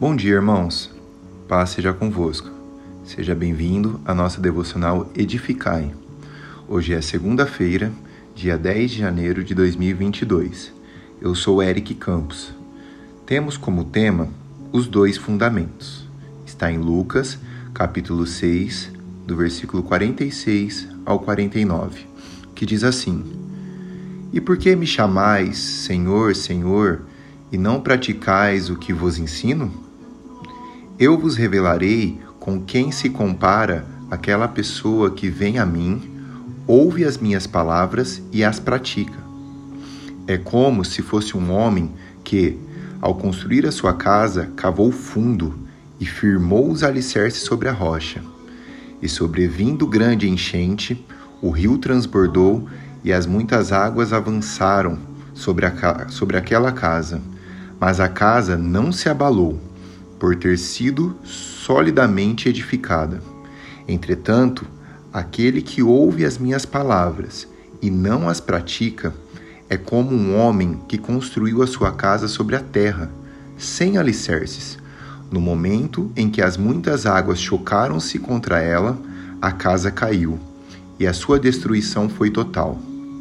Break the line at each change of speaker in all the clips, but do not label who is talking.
Bom dia, irmãos. Paz seja convosco. Seja bem-vindo à nossa devocional Edificai. Hoje é segunda-feira, dia 10 de janeiro de 2022. Eu sou Eric Campos. Temos como tema os dois fundamentos. Está em Lucas, capítulo 6, do versículo 46 ao 49, que diz assim: E por que me chamais Senhor, Senhor, e não praticais o que vos ensino? Eu vos revelarei com quem se compara aquela pessoa que vem a mim, ouve as minhas palavras e as pratica. É como se fosse um homem que, ao construir a sua casa, cavou fundo e firmou os alicerces sobre a rocha. E sobrevindo grande enchente, o rio transbordou e as muitas águas avançaram sobre aquela casa. Mas a casa não se abalou, por ter sido solidamente edificada. Entretanto, aquele que ouve as minhas palavras e não as pratica é como um homem que construiu a sua casa sobre a terra, sem alicerces. No momento em que as muitas águas chocaram-se contra ela, a casa caiu, e a sua destruição foi total.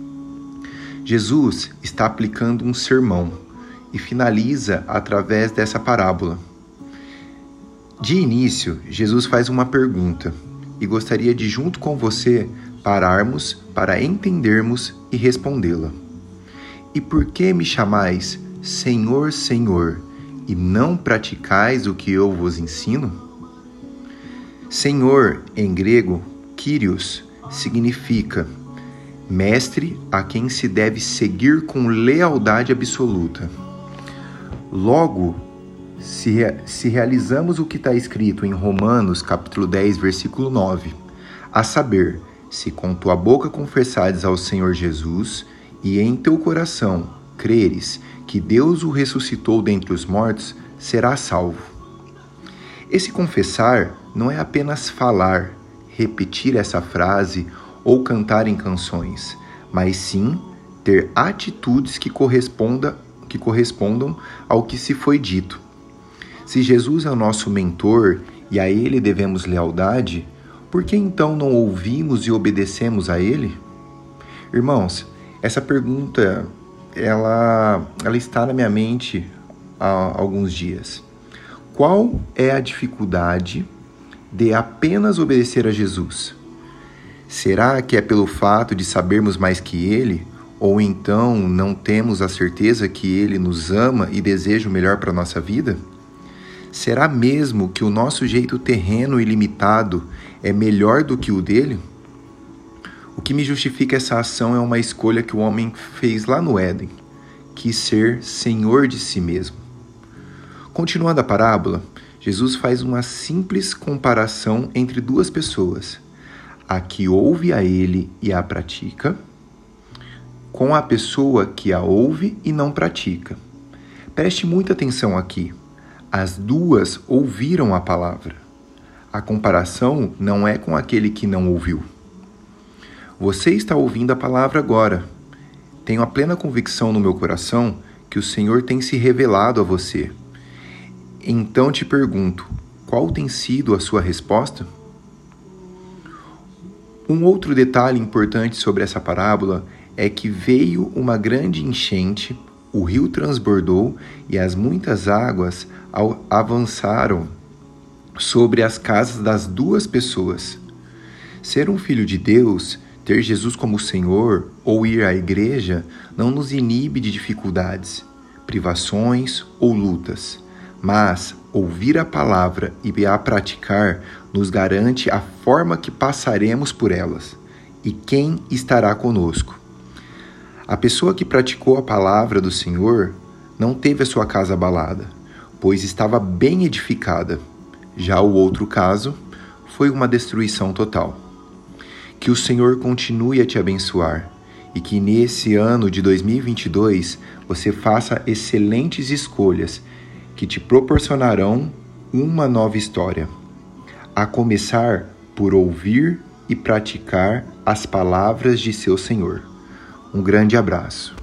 Jesus está aplicando um sermão e finaliza através dessa parábola. De início, Jesus faz uma pergunta e gostaria de, junto com você, pararmos para entendermos e respondê-la. E por que me chamais Senhor, Senhor, e não praticais o que eu vos ensino? Senhor, em grego, Kyrios, significa mestre a quem se deve seguir com lealdade absoluta. Logo, se realizamos o que está escrito em Romanos, capítulo 10, versículo 9, a saber, se com tua boca confessares ao Senhor Jesus e em teu coração creres que Deus o ressuscitou dentre os mortos, serás salvo. Esse confessar não é apenas falar, repetir essa frase ou cantar em canções, mas sim ter atitudes que correspondam ao que se foi dito. Se Jesus é o nosso mentor e a Ele devemos lealdade, por que então não ouvimos e obedecemos a Ele? Irmãos, essa pergunta ela está na minha mente há alguns dias. Qual é a dificuldade de apenas obedecer a Jesus? Será que é pelo fato de sabermos mais que Ele? Ou então não temos a certeza que Ele nos ama e deseja o melhor para a nossa vida? Será mesmo que o nosso jeito terreno e limitado é melhor do que o dele? O que me justifica essa ação é uma escolha que o homem fez lá no Éden, quis ser senhor de si mesmo. Continuando a parábola, Jesus faz uma simples comparação entre duas pessoas, a que ouve a ele e a pratica, com a pessoa que a ouve e não pratica. Preste muita atenção aqui. As duas ouviram a palavra. A comparação não é com aquele que não ouviu. Você está ouvindo a palavra agora. Tenho a plena convicção no meu coração que o Senhor tem se revelado a você. Então te pergunto, qual tem sido a sua resposta? Um outro detalhe importante sobre essa parábola é que veio uma grande enchente, o rio transbordou e as muitas águas avançaram sobre as casas das duas pessoas. Ser um filho de Deus, ter Jesus como Senhor ou ir à igreja não nos inibe de dificuldades, privações ou lutas, mas ouvir a palavra e a praticar nos garante a forma que passaremos por elas e quem estará conosco. A pessoa que praticou a palavra do Senhor não teve a sua casa abalada, pois estava bem edificada. Já o outro caso foi uma destruição total. Que o Senhor continue a te abençoar e que nesse ano de 2022 você faça excelentes escolhas que te proporcionarão uma nova história, a começar por ouvir e praticar as palavras de seu Senhor. Um grande abraço.